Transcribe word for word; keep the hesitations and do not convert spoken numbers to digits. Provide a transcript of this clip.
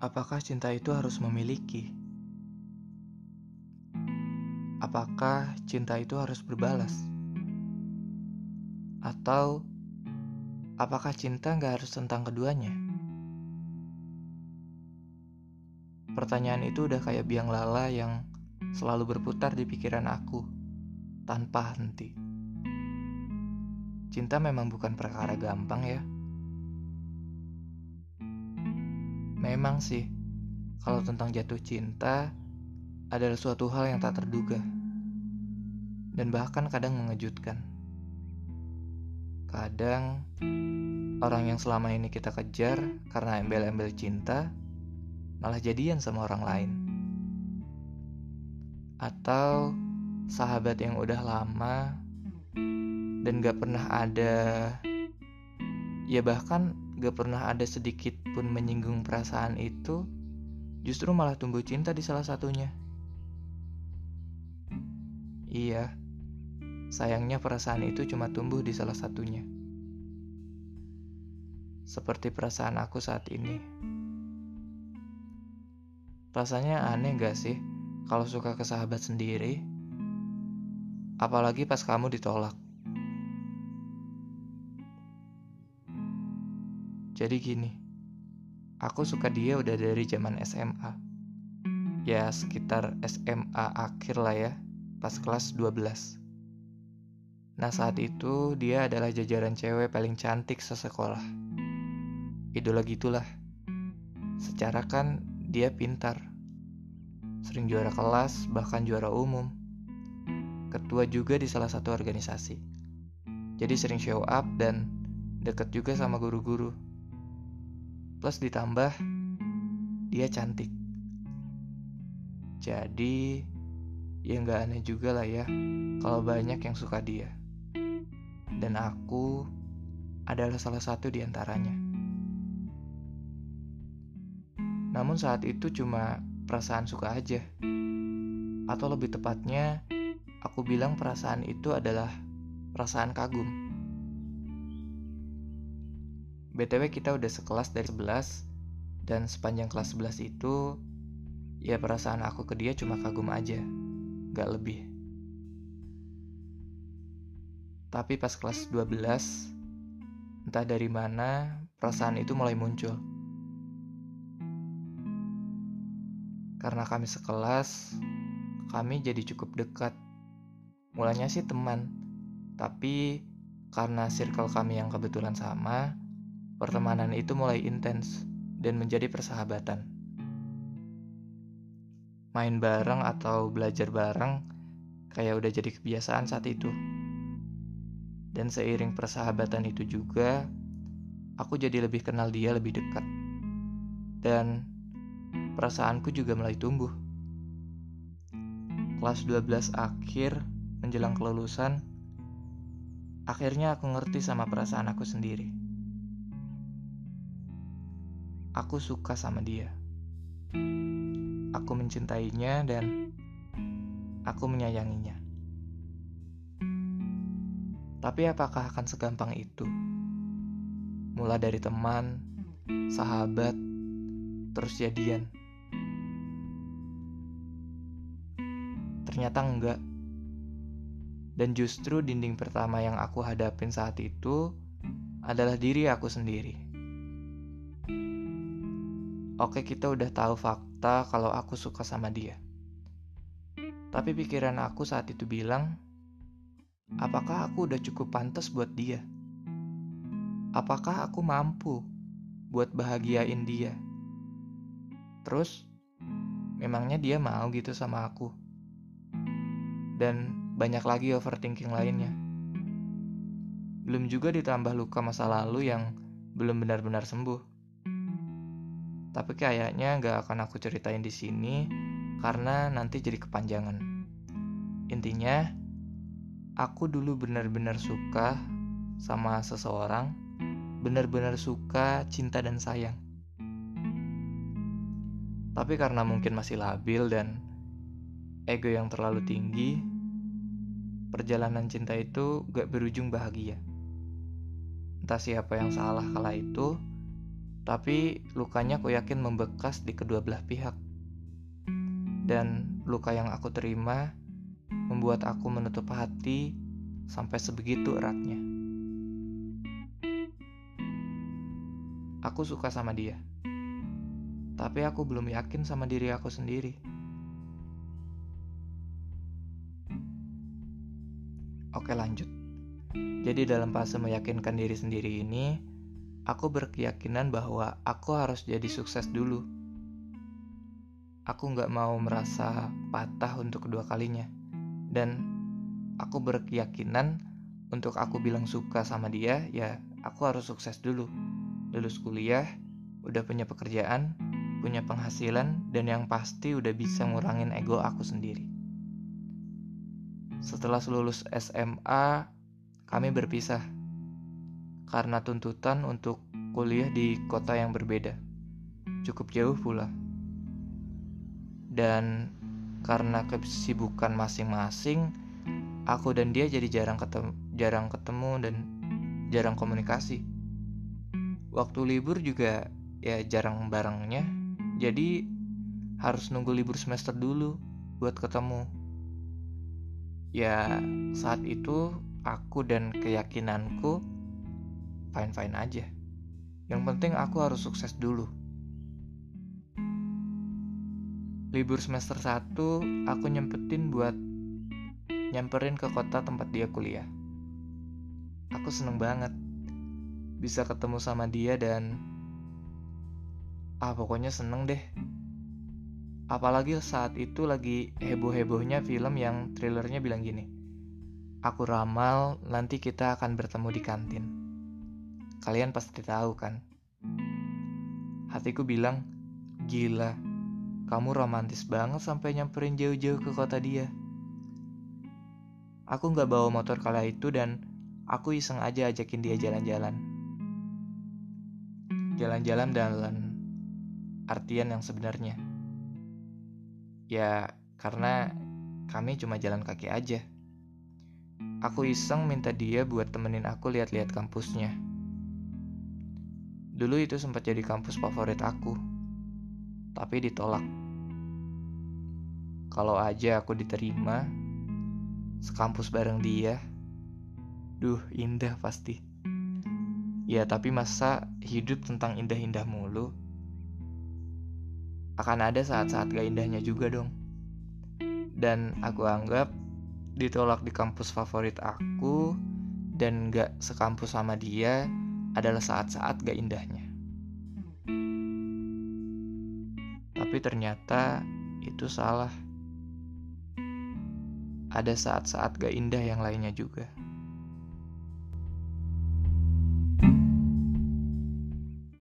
Apakah cinta itu harus memiliki? Apakah cinta itu harus berbalas? Atau apakah cinta nggak harus tentang keduanya? Pertanyaan itu udah kayak biang lala yang selalu berputar di pikiran aku tanpa henti. Cinta memang bukan perkara gampang ya. Memang sih, kalau tentang jatuh cinta adalah suatu hal yang tak terduga dan bahkan kadang mengejutkan. Kadang orang yang selama ini kita kejar karena embel-embel cinta malah jadian sama orang lain. Atau sahabat yang udah lama dan gak pernah ada, ya bahkan gak pernah ada sedikit pun menyinggung perasaan itu, justru malah tumbuh cinta di salah satunya. Iya, sayangnya perasaan itu cuma tumbuh di salah satunya. Seperti perasaan aku saat ini. Rasanya aneh gak sih kalau suka ke sahabat sendiri? Apalagi pas kamu ditolak. Jadi gini, aku suka dia udah dari zaman S M A. Ya sekitar S M A akhir lah ya, pas kelas dua belas. Nah saat itu dia adalah jajaran cewek paling cantik sesekolah. Idola gitulah. Secara kan dia pintar, sering juara kelas, bahkan juara umum. Ketua juga di salah satu organisasi. Jadi sering show up dan deket juga sama guru-guru. Plus ditambah dia cantik. Jadi ya gak aneh juga lah ya kalau banyak yang suka dia. Dan aku adalah salah satu di antaranya. Namun saat itu cuma perasaan suka aja. Atau lebih tepatnya, aku bilang perasaan itu adalah perasaan kagum. B T W kita udah sekelas dari sebelas, dan sepanjang kelas sebelas itu, ya perasaan aku ke dia cuma kagum aja, gak lebih. Tapi pas kelas dua belas, entah dari mana perasaan itu mulai muncul. Karena kami sekelas, kami jadi cukup dekat. Mulanya sih teman, tapi karena circle kami yang kebetulan sama, pertemanan itu mulai intens dan menjadi persahabatan. Main bareng atau belajar bareng kayak udah jadi kebiasaan saat itu. Dan seiring persahabatan itu juga, aku jadi lebih kenal dia lebih dekat. Dan perasaanku juga mulai tumbuh. Kelas dua belas akhir menjelang kelulusan, akhirnya aku ngerti sama perasaan aku sendiri. Aku suka sama dia. Aku mencintainya dan aku menyayanginya. Tapi apakah akan segampang itu? Mulai dari teman, sahabat, terus jadian. Ternyata enggak. Dan justru dinding pertama yang aku hadapin saat itu adalah diri aku sendiri. Oke, kita udah tahu fakta kalau aku suka sama dia. Tapi pikiran aku saat itu bilang, apakah aku udah cukup pantas buat dia? Apakah aku mampu buat bahagiain dia? Terus, memangnya dia mau gitu sama aku? Dan banyak lagi overthinking lainnya. Belum juga ditambah luka masa lalu yang belum benar-benar sembuh. Tapi kayaknya gak akan aku ceritain di sini karena nanti jadi kepanjangan. Intinya, aku dulu benar-benar suka sama seseorang, benar-benar suka, cinta dan sayang. Tapi karena mungkin masih labil dan ego yang terlalu tinggi, perjalanan cinta itu gak berujung bahagia. Entah siapa yang salah kala itu, Tapi lukanya aku yakin membekas di kedua belah pihak. Dan luka yang aku terima membuat aku menutup hati sampai sebegitu eratnya. Aku suka sama dia, tapi aku belum yakin sama diri aku sendiri. Oke, lanjut. Jadi dalam fase meyakinkan diri sendiri ini, aku berkeyakinan bahwa aku harus jadi sukses dulu. Aku gak mau merasa patah untuk kedua kalinya. Dan aku berkeyakinan untuk aku bilang suka sama dia, ya aku harus sukses dulu. Lulus kuliah, udah punya pekerjaan, punya penghasilan, dan yang pasti udah bisa ngurangin ego aku sendiri. Setelah lulus S M A, kami berpisah karena tuntutan untuk kuliah di kota yang berbeda, cukup jauh pula. Dan karena kesibukan masing-masing, aku dan dia jadi jarang ketemu, jarang ketemu dan jarang komunikasi. Waktu libur juga ya jarang barengnya, jadi harus nunggu libur semester dulu buat ketemu. Ya saat itu aku dan keyakinanku fine-fine aja. Yang penting aku harus sukses dulu. Libur semester satu aku nyempetin buat nyamperin ke kota tempat dia kuliah. Aku seneng banget bisa ketemu sama dia dan ah pokoknya seneng deh. Apalagi saat itu lagi heboh-hebohnya film yang trailernya bilang gini, aku ramal nanti kita akan bertemu di kantin. Kalian pasti tahu kan? Hatiku bilang, gila, kamu romantis banget sampai nyamperin jauh-jauh ke kota dia. Aku gak bawa motor kala itu dan aku iseng aja ajakin dia jalan-jalan. Jalan-jalan dalam artian yang sebenarnya. Ya, karena kami cuma jalan kaki aja. Aku iseng minta dia buat temenin aku lihat-lihat kampusnya. Dulu itu sempat jadi kampus favorit aku, tapi ditolak. Kalau aja aku diterima sekampus bareng dia, duh indah pasti. Ya tapi masa hidup tentang indah-indah mulu? Akan ada saat-saat gak indahnya juga dong. Dan aku anggap ditolak di kampus favorit aku dan gak sekampus sama dia adalah saat-saat gak indahnya. Tapi ternyata itu salah. Ada saat-saat gak indah yang lainnya juga.